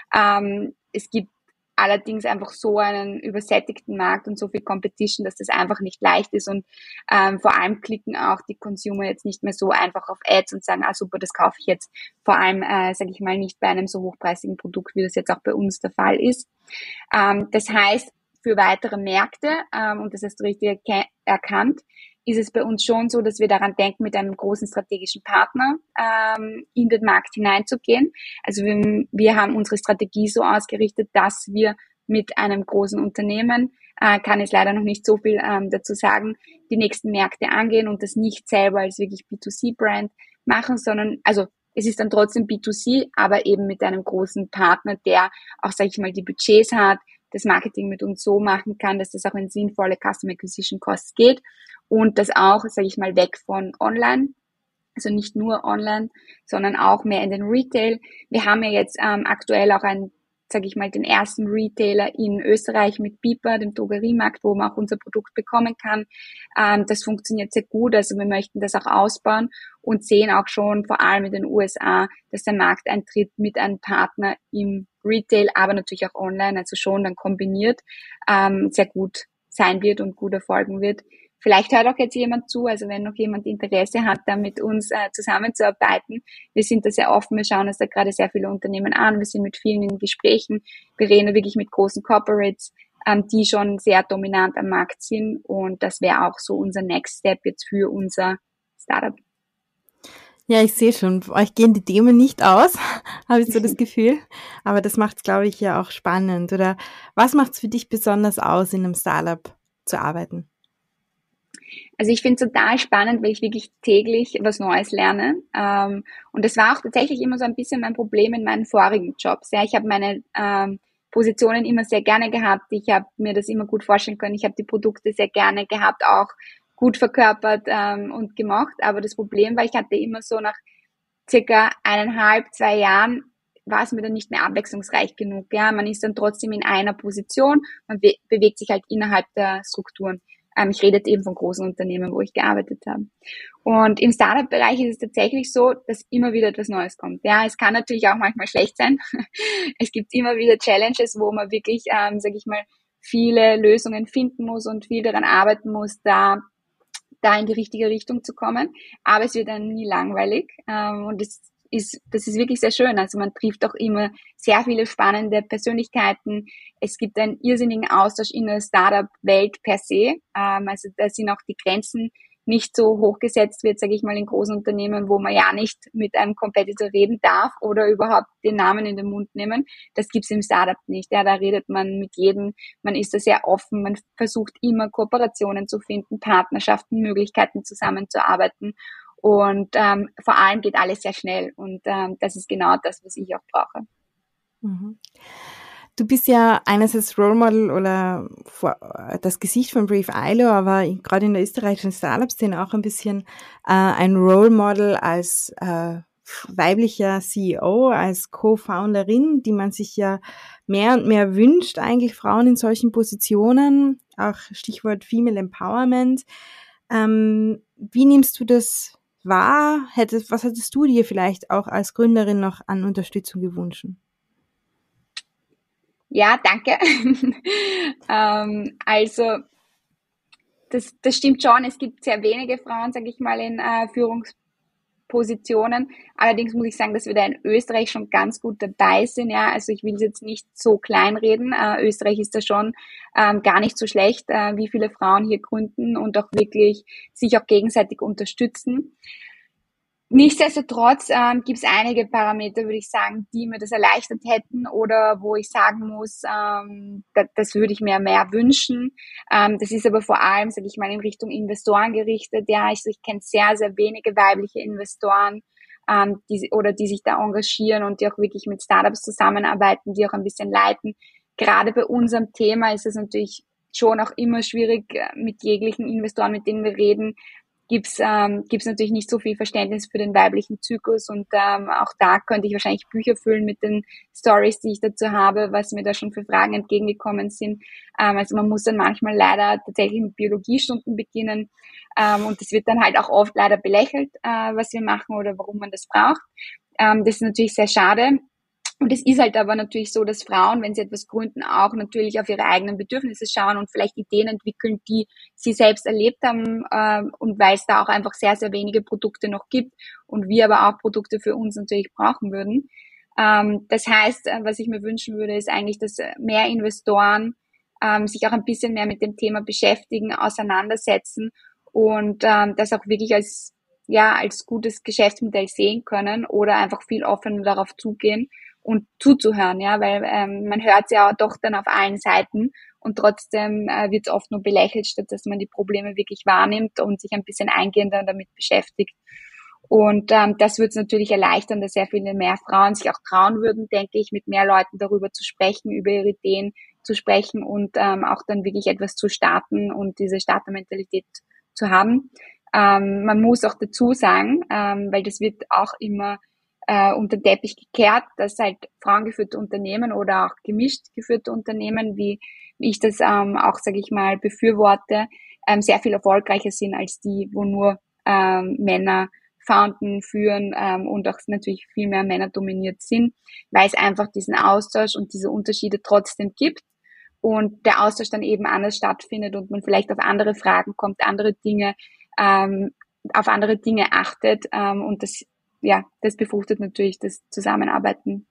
Ähm, es gibt allerdings einfach so einen übersättigten Markt und so viel Competition, dass das einfach nicht leicht ist und ähm, vor allem klicken auch die Consumer jetzt nicht mehr so einfach auf Ads und sagen, ah super, das kaufe ich jetzt. Vor allem, äh, sage ich mal, nicht bei einem so hochpreisigen Produkt, wie das jetzt auch bei uns der Fall ist. Ähm, das heißt, für weitere Märkte, ähm, und das hast du richtig erkannt, ist es bei uns schon so, dass wir daran denken, mit einem großen strategischen Partner ähm, in den Markt hineinzugehen. Also wir, wir haben unsere Strategie so ausgerichtet, dass wir mit einem großen Unternehmen, äh, kann es leider noch nicht so viel ähm, dazu sagen, die nächsten Märkte angehen und das nicht selber als wirklich B zwei C-Brand machen, sondern, also es ist dann trotzdem B zwei C, aber eben mit einem großen Partner, der auch, sage ich mal, die Budgets hat, das Marketing mit uns so machen kann, dass das auch in sinnvolle Customer Acquisition Costs geht und das auch, sage ich mal, weg von online, also nicht nur online, sondern auch mehr in den Retail. Wir haben ja jetzt ähm, aktuell auch einen, sage ich mal, den ersten Retailer in Österreich mit Bipa, dem Drogeriemarkt, wo man auch unser Produkt bekommen kann. Ähm, das funktioniert sehr gut, also wir möchten das auch ausbauen und sehen auch schon vor allem in den U S A, dass der Markteintritt mit einem Partner im Retail, aber natürlich auch online, also schon dann kombiniert, ähm, sehr gut sein wird und gut erfolgen wird. Vielleicht hört auch jetzt jemand zu, also wenn noch jemand Interesse hat, da mit uns äh, zusammenzuarbeiten. Wir sind da sehr offen, wir schauen uns da gerade sehr viele Unternehmen an, wir sind mit vielen in Gesprächen, wir reden wirklich mit großen Corporates, ähm, die schon sehr dominant am Markt sind und das wäre auch so unser Next Step jetzt für unser Startup. Ja, ich sehe schon, bei euch gehen die Themen nicht aus, habe ich so das Gefühl. Aber das macht es, glaube ich, ja auch spannend. Oder was macht es für dich besonders aus, in einem Startup zu arbeiten? Also ich finde es total spannend, weil ich wirklich täglich was Neues lerne. Ähm, und das war auch tatsächlich immer so ein bisschen mein Problem in meinen vorigen Jobs. Ja, ich habe meine ähm, Positionen immer sehr gerne gehabt. Ich habe mir das immer gut vorstellen können. Ich habe die Produkte sehr gerne gehabt, auch gut verkörpert ähm, und gemacht. Aber das Problem war, ich hatte immer so nach circa eineinhalb, zwei Jahren war es mir dann nicht mehr abwechslungsreich genug. Ja, man ist dann trotzdem in einer Position, man be bewegt sich halt innerhalb der Strukturen. Ähm, ich rede jetzt eben von großen Unternehmen, wo ich gearbeitet habe. Und im Startup-Bereich ist es tatsächlich so, dass immer wieder etwas Neues kommt. Ja, es kann natürlich auch manchmal schlecht sein. Es gibt immer wieder Challenges, wo man wirklich, ähm, sage ich mal, viele Lösungen finden muss und viel daran arbeiten muss, da da in die richtige Richtung zu kommen. Aber es wird dann nie langweilig. Ähm, und es ist, das ist wirklich sehr schön. Also man trifft auch immer sehr viele spannende Persönlichkeiten. Es gibt einen irrsinnigen Austausch in der Startup-Welt per se. Ähm, also da sind auch die Grenzen nicht so hochgesetzt wird, sage ich mal, in großen Unternehmen, wo man ja nicht mit einem Competitor reden darf oder überhaupt den Namen in den Mund nehmen. Das gibt's im Startup nicht. Ja, da redet man mit jedem, man ist da sehr offen, man versucht immer Kooperationen zu finden, Partnerschaften, Möglichkeiten zusammenzuarbeiten und ähm, vor allem geht alles sehr schnell und ähm, das ist genau das, was ich auch brauche. Mhm. Du bist ja einerseits Role Model oder das Gesicht von Brief I L O, aber gerade in der österreichischen Startup-Szene auch ein bisschen äh, ein Role Model als äh, weiblicher C E O, als Co-Founderin, die man sich ja mehr und mehr wünscht, eigentlich Frauen in solchen Positionen, auch Stichwort Female Empowerment. Ähm, wie nimmst du das wahr? Hättest, was hättest du dir vielleicht auch als Gründerin noch an Unterstützung gewünscht? Ja, danke. ähm, also das, das stimmt schon. Es gibt sehr wenige Frauen, sage ich mal, in äh, Führungspositionen. Allerdings muss ich sagen, dass wir da in Österreich schon ganz gut dabei sind. Ja, also ich will es jetzt nicht so kleinreden. Äh, Österreich ist da schon ähm, gar nicht so schlecht, äh, wie viele Frauen hier gründen und auch wirklich sich auch gegenseitig unterstützen. Nichtsdestotrotz ähm, gibt es einige Parameter, würde ich sagen, die mir das erleichtert hätten oder wo ich sagen muss, ähm, da, das würde ich mir mehr wünschen. Ähm, das ist aber vor allem, sage ich mal, in Richtung Investoren gerichtet. Ja, ich, ich kenne sehr, sehr wenige weibliche Investoren, ähm, die oder die sich da engagieren und die auch wirklich mit Startups zusammenarbeiten, die auch ein bisschen leiten. Gerade bei unserem Thema ist es natürlich schon auch immer schwierig mit jeglichen Investoren, mit denen wir reden, gibt's ähm, gibt's natürlich nicht so viel Verständnis für den weiblichen Zyklus und ähm, auch da könnte ich wahrscheinlich Bücher füllen mit den Stories, die ich dazu habe, was mir da schon für Fragen entgegengekommen sind. Ähm, also man muss dann manchmal leider tatsächlich mit Biologiestunden beginnen ähm, und das wird dann halt auch oft leider belächelt, äh, was wir machen oder warum man das braucht. Ähm, das ist natürlich sehr schade. Und es ist halt aber natürlich so, dass Frauen, wenn sie etwas gründen, auch natürlich auf ihre eigenen Bedürfnisse schauen und vielleicht Ideen entwickeln, die sie selbst erlebt haben äh, und weil es da auch einfach sehr, sehr wenige Produkte noch gibt und wir aber auch Produkte für uns natürlich brauchen würden. Ähm, das heißt, äh, was ich mir wünschen würde, ist eigentlich, dass mehr Investoren ähm, sich auch ein bisschen mehr mit dem Thema beschäftigen, auseinandersetzen und ähm, das auch wirklich als ja als gutes Geschäftsmodell sehen können oder einfach viel offener darauf zugehen und zuzuhören, ja, weil ähm, man hört ja doch dann auf allen Seiten und trotzdem äh, wird es oft nur belächelt, statt dass man die Probleme wirklich wahrnimmt und sich ein bisschen eingehender damit beschäftigt. Und ähm, das wird es natürlich erleichtern, dass sehr viele mehr Frauen sich auch trauen würden, denke ich, mit mehr Leuten darüber zu sprechen, über ihre Ideen zu sprechen und ähm, auch dann wirklich etwas zu starten und diese Startermentalität zu haben. Ähm, man muss auch dazu sagen, ähm, weil das wird auch immer äh, unter den Teppich gekehrt, dass halt frauengeführte Unternehmen oder auch gemischt geführte Unternehmen, wie, wie ich das ähm, auch, sage ich mal, befürworte, ähm, sehr viel erfolgreicher sind als die, wo nur ähm, Männer founden, führen ähm, und auch natürlich viel mehr Männer dominiert sind, weil es einfach diesen Austausch und diese Unterschiede trotzdem gibt und der Austausch dann eben anders stattfindet und man vielleicht auf andere Fragen kommt, andere Dinge, ähm, auf andere Dinge achtet ähm, und das ja, das befruchtet natürlich das Zusammenarbeiten.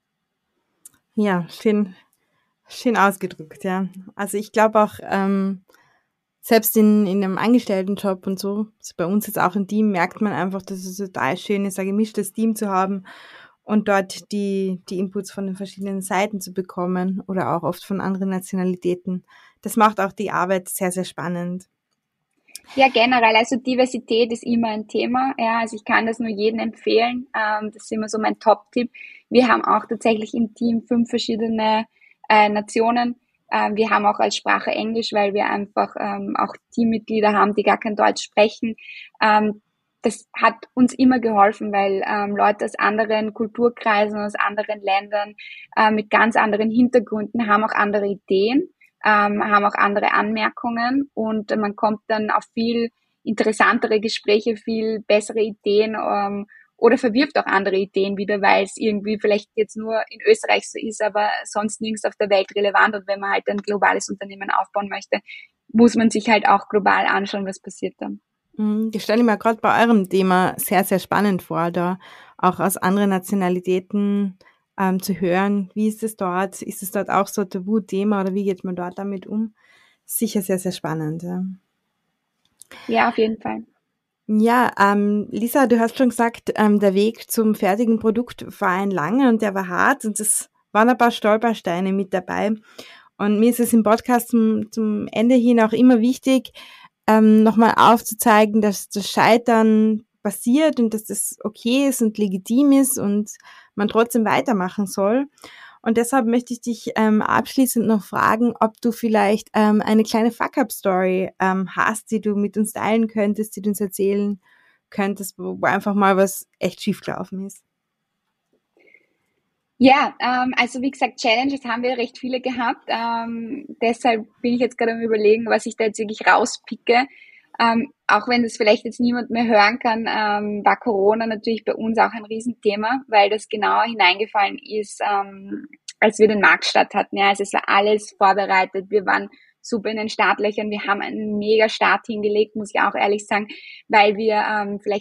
Ja, schön, schön ausgedrückt, ja. Also ich glaube auch, ähm, selbst in, in einem Angestelltenjob und so, also bei uns jetzt auch im Team, merkt man einfach, dass es total schön ist, ein gemischtes Team zu haben und dort die, die Inputs von den verschiedenen Seiten zu bekommen oder auch oft von anderen Nationalitäten. Das macht auch die Arbeit sehr, sehr spannend. Ja, generell, also Diversität ist immer ein Thema. Ja, also ich kann das nur jedem empfehlen. Ähm, das ist immer so mein Top-Tipp. Wir haben auch tatsächlich im Team fünf verschiedene äh, Nationen. Ähm, wir haben auch als Sprache Englisch, weil wir einfach ähm, auch Teammitglieder haben, die gar kein Deutsch sprechen. Ähm, das hat uns immer geholfen, weil ähm, Leute aus anderen Kulturkreisen, aus anderen Ländern, äh, mit ganz anderen Hintergründen haben auch andere Ideen ähm, haben auch andere Anmerkungen und äh, man kommt dann auf viel interessantere Gespräche, viel bessere Ideen ähm, oder verwirft auch andere Ideen wieder, weil es irgendwie vielleicht jetzt nur in Österreich so ist, aber sonst nirgends auf der Welt relevant. Und wenn man halt ein globales Unternehmen aufbauen möchte, muss man sich halt auch global anschauen, was passiert dann. Das stelle ich mir gerade bei eurem Thema sehr, sehr spannend vor, da auch aus anderen Nationalitäten ähm, zu hören, wie ist es dort, ist es dort auch so ein Tabuthema oder wie geht man dort damit um? Sicher sehr, sehr spannend. Ja, ja auf jeden Fall. Ja, ähm, Lisa, du hast schon gesagt, ähm, der Weg zum fertigen Produkt war ein langer und der war hart und es waren ein paar Stolpersteine mit dabei. Und mir ist es im Podcast zum, zum Ende hin auch immer wichtig, ähm, nochmal aufzuzeigen, dass das Scheitern passiert und dass das okay ist und legitim ist und man trotzdem weitermachen soll. Und deshalb möchte ich dich ähm, abschließend noch fragen, ob du vielleicht ähm, eine kleine Fuck-up-Story ähm, hast, die du mit uns teilen könntest, die du uns erzählen könntest, wo, wo einfach mal was echt schiefgelaufen ist. Ja, ähm, also wie gesagt, Challenges haben wir recht viele gehabt. Ähm, deshalb bin ich jetzt gerade am Überlegen, was ich da jetzt wirklich rauspicke. Ähm, auch wenn das vielleicht jetzt niemand mehr hören kann, ähm, war Corona natürlich bei uns auch ein Riesenthema, weil das genau hineingefallen ist, ähm, als wir den Marktstart hatten. Ja, also es war alles vorbereitet. Wir waren super in den Startlöchern. Wir haben einen mega Start hingelegt, muss ich auch ehrlich sagen, weil wir ähm, vielleicht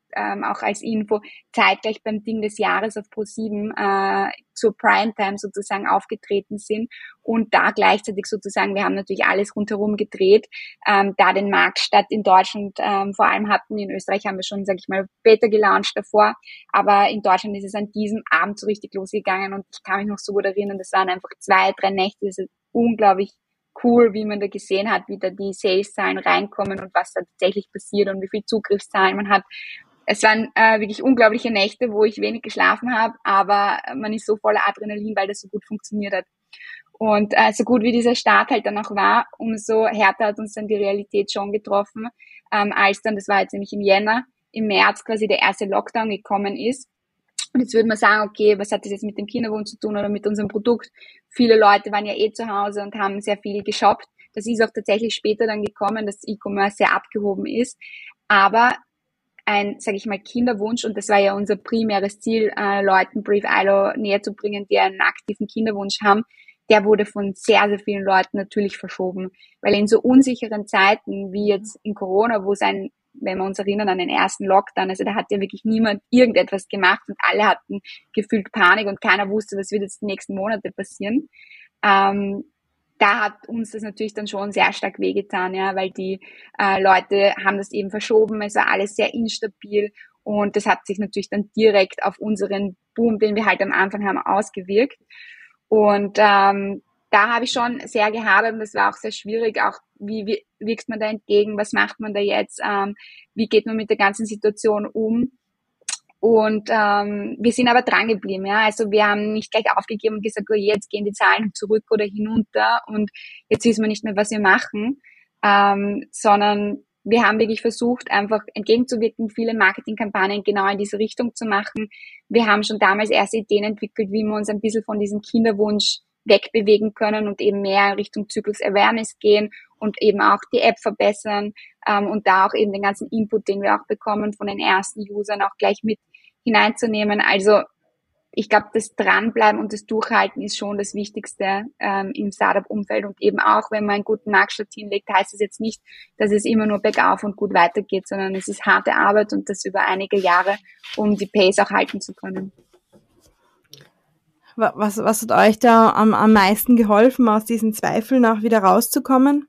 ähm, auch als Info, zeitgleich beim Ding des Jahres auf ProSieben äh, zur Primetime sozusagen aufgetreten sind und da gleichzeitig sozusagen, wir haben natürlich alles rundherum gedreht, ähm, da den Marktstart in Deutschland ähm, vor allem hatten. In Österreich haben wir schon, sag ich mal, Beta gelauncht davor, aber in Deutschland ist es an diesem Abend so richtig losgegangen und ich kann mich noch so gut erinnern, das waren einfach zwei, drei Nächte, das ist unglaublich cool, wie man da gesehen hat, wie da die Sales-Zahlen reinkommen und was da tatsächlich passiert und wie viel Zugriffszahlen man hat. Es waren äh, wirklich unglaubliche Nächte, wo ich wenig geschlafen habe, aber man ist so voller Adrenalin, weil das so gut funktioniert hat. Und äh, so gut wie dieser Start halt dann auch war, umso härter hat uns dann die Realität schon getroffen, ähm, als dann, das war jetzt nämlich im Jänner, im März quasi der erste Lockdown gekommen ist. Und jetzt würde man sagen, okay, was hat das jetzt mit dem Kinderwunsch zu tun oder mit unserem Produkt? Viele Leute waren ja eh zu Hause und haben sehr viel geshoppt. Das ist auch tatsächlich später dann gekommen, dass E-Commerce sehr abgehoben ist. Aber ein, sage ich mal, Kinderwunsch, und das war ja unser primäres Ziel, äh, Leuten Brief I L O näher zu bringen, die einen aktiven Kinderwunsch haben, der wurde von sehr, sehr vielen Leuten natürlich verschoben. Weil in so unsicheren Zeiten wie jetzt in Corona, wo es ein, wenn wir uns erinnern an den ersten Lockdown, also da hat ja wirklich niemand irgendetwas gemacht und alle hatten gefühlt Panik und keiner wusste, was wird jetzt die nächsten Monate passieren. Ähm, da hat uns das natürlich dann schon sehr stark wehgetan, ja, weil die äh, Leute haben das eben verschoben, es war alles sehr instabil und das hat sich natürlich dann direkt auf unseren Boom, den wir halt am Anfang haben, ausgewirkt. Und ähm, da habe ich schon sehr gehadert und das war auch sehr schwierig, auch wie, wie wirkt man da entgegen, was macht man da jetzt, ähm, wie geht man mit der ganzen Situation um. Und ähm, wir sind aber dran geblieben, ja. Also wir haben nicht gleich aufgegeben und gesagt, oh, jetzt gehen die Zahlen zurück oder hinunter und jetzt wissen wir nicht mehr, was wir machen, ähm, sondern wir haben wirklich versucht, einfach entgegenzuwirken, viele Marketingkampagnen genau in diese Richtung zu machen. Wir haben schon damals erste Ideen entwickelt, wie wir uns ein bisschen von diesem Kinderwunsch wegbewegen können und eben mehr in Richtung Zyklus Awareness gehen und eben auch die App verbessern ähm, und da auch eben den ganzen Input, den wir auch bekommen von den ersten Usern, auch gleich mit hineinzunehmen. Also ich glaube, das Dranbleiben und das Durchhalten ist schon das Wichtigste ähm, im Startup-Umfeld und eben auch, wenn man einen guten Marktstart hinlegt, heißt es jetzt nicht, dass es immer nur bergauf und gut weitergeht, sondern es ist harte Arbeit und das über einige Jahre, um die Pace auch halten zu können. Was, was hat euch da am, am meisten geholfen, aus diesen Zweifeln auch wieder rauszukommen?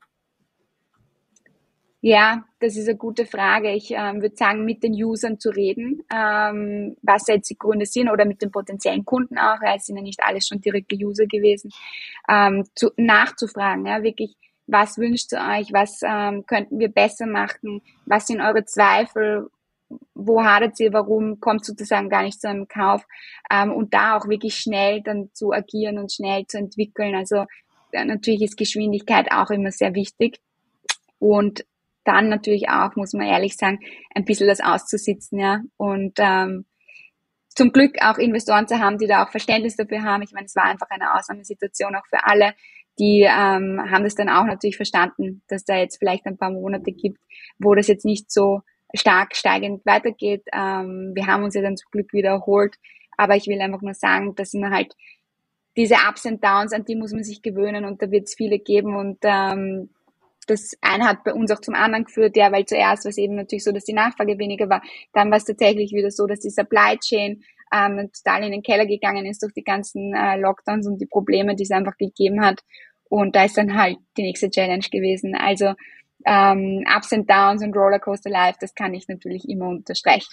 Ja, das ist eine gute Frage. Ich ähm, würde sagen, mit den Usern zu reden, ähm, was jetzt die Gründe sind oder mit den potenziellen Kunden auch, ja, es sind ja nicht alles schon direkte User gewesen, ähm, zu, nachzufragen, ja, wirklich, was wünscht ihr euch, was ähm, könnten wir besser machen, was sind eure Zweifel, wo hadert ihr, warum kommt sozusagen gar nicht zu einem Kauf ähm, und da auch wirklich schnell dann zu agieren und schnell zu entwickeln. Also ja, natürlich ist Geschwindigkeit auch immer sehr wichtig und dann natürlich auch, muss man ehrlich sagen, ein bisschen das auszusitzen, ja. Und ähm, zum Glück auch Investoren zu haben, die da auch Verständnis dafür haben. Ich meine, es war einfach eine Ausnahmesituation auch für alle. Die ähm, haben das dann auch natürlich verstanden, dass da jetzt vielleicht ein paar Monate gibt, wo das jetzt nicht so stark steigend weitergeht. Ähm, wir haben uns ja dann zum Glück wieder erholt. Aber ich will einfach nur sagen, dass man halt diese Ups und Downs, an die muss man sich gewöhnen und da wird es viele geben und ähm, das eine hat bei uns auch zum anderen geführt, ja, weil zuerst war es eben natürlich so, dass die Nachfrage weniger war. Dann war es tatsächlich wieder so, dass die Supply Chain ähm, total in den Keller gegangen ist durch die ganzen äh, Lockdowns und die Probleme, die es einfach gegeben hat. Und da ist dann halt die nächste Challenge gewesen. Also ähm, Ups and Downs und Rollercoaster Life, das kann ich natürlich immer unterstreichen.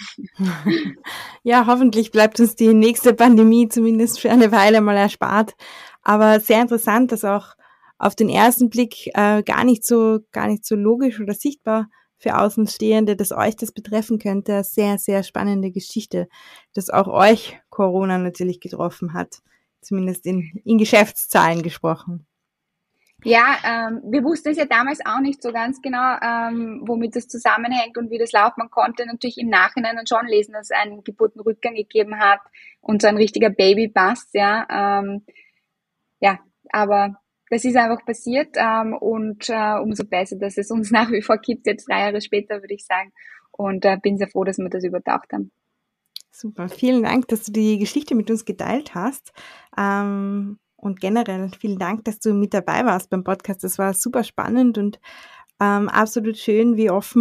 Ja, hoffentlich bleibt uns die nächste Pandemie zumindest für eine Weile mal erspart. Aber sehr interessant, dass auch auf den ersten Blick äh, gar nicht so gar nicht so logisch oder sichtbar für Außenstehende, dass euch das betreffen könnte. Sehr, sehr spannende Geschichte, dass auch euch Corona natürlich getroffen hat, zumindest in, in Geschäftszahlen gesprochen. Ja, ähm, wir wussten es ja damals auch nicht so ganz genau, ähm, womit das zusammenhängt und wie das läuft. Man konnte natürlich im Nachhinein dann schon lesen, dass es einen Geburtenrückgang gegeben hat und so ein richtiger Babybust, ja. Ähm, ja, aber das ist einfach passiert ähm, und äh, umso besser, dass es uns nach wie vor gibt, jetzt drei Jahre später, würde ich sagen. Und äh, bin sehr froh, dass wir das überdacht haben. Super, vielen Dank, dass du die Geschichte mit uns geteilt hast. Ähm, und generell vielen Dank, dass du mit dabei warst beim Podcast. Das war super spannend und ähm, absolut schön, wie offen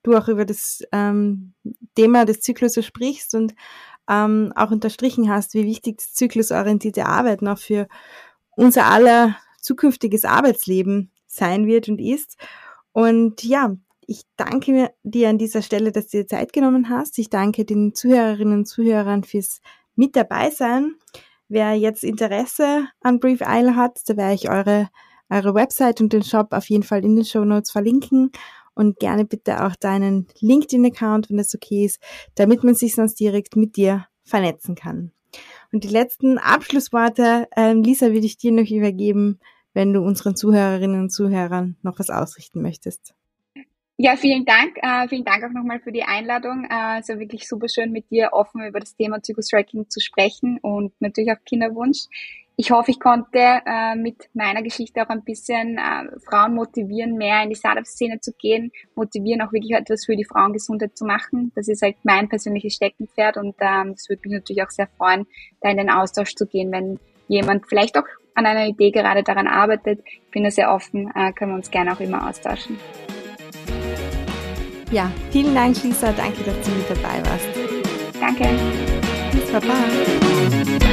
du auch über das ähm, Thema des Zyklus sprichst und ähm, auch unterstrichen hast, wie wichtig das zyklusorientierte Arbeiten auch für unser aller zukünftiges Arbeitsleben sein wird und ist. Und ja, ich danke dir an dieser Stelle, dass du dir Zeit genommen hast. Ich danke den Zuhörerinnen und Zuhörern fürs mit dabei sein. Wer jetzt Interesse an Breathe Isle hat, da werde ich eure, eure Website und den Shop auf jeden Fall in den Shownotes verlinken. Und gerne bitte auch deinen LinkedIn-Account, wenn das okay ist, damit man sich sonst direkt mit dir vernetzen kann. Und die letzten Abschlussworte, ähm, Lisa, würde ich dir noch übergeben, wenn du unseren Zuhörerinnen und Zuhörern noch was ausrichten möchtest. Ja, vielen Dank. Äh, vielen Dank auch nochmal für die Einladung. Äh, es war wirklich super schön, mit dir offen über das Thema Zyklus-Tracking zu sprechen und natürlich auch Kinderwunsch. Ich hoffe, ich konnte äh, mit meiner Geschichte auch ein bisschen äh, Frauen motivieren, mehr in die Startup-Szene zu gehen, motivieren auch wirklich etwas für die Frauengesundheit zu machen. Das ist halt mein persönliches Steckenpferd und ähm, das würde mich natürlich auch sehr freuen, da in den Austausch zu gehen, wenn jemand vielleicht auch an einer Idee gerade daran arbeitet. Ich bin da sehr offen, äh, können wir uns gerne auch immer austauschen. Ja, vielen Dank, Lisa. Danke, dass du mit dabei warst. Danke. Tschüss, Baba.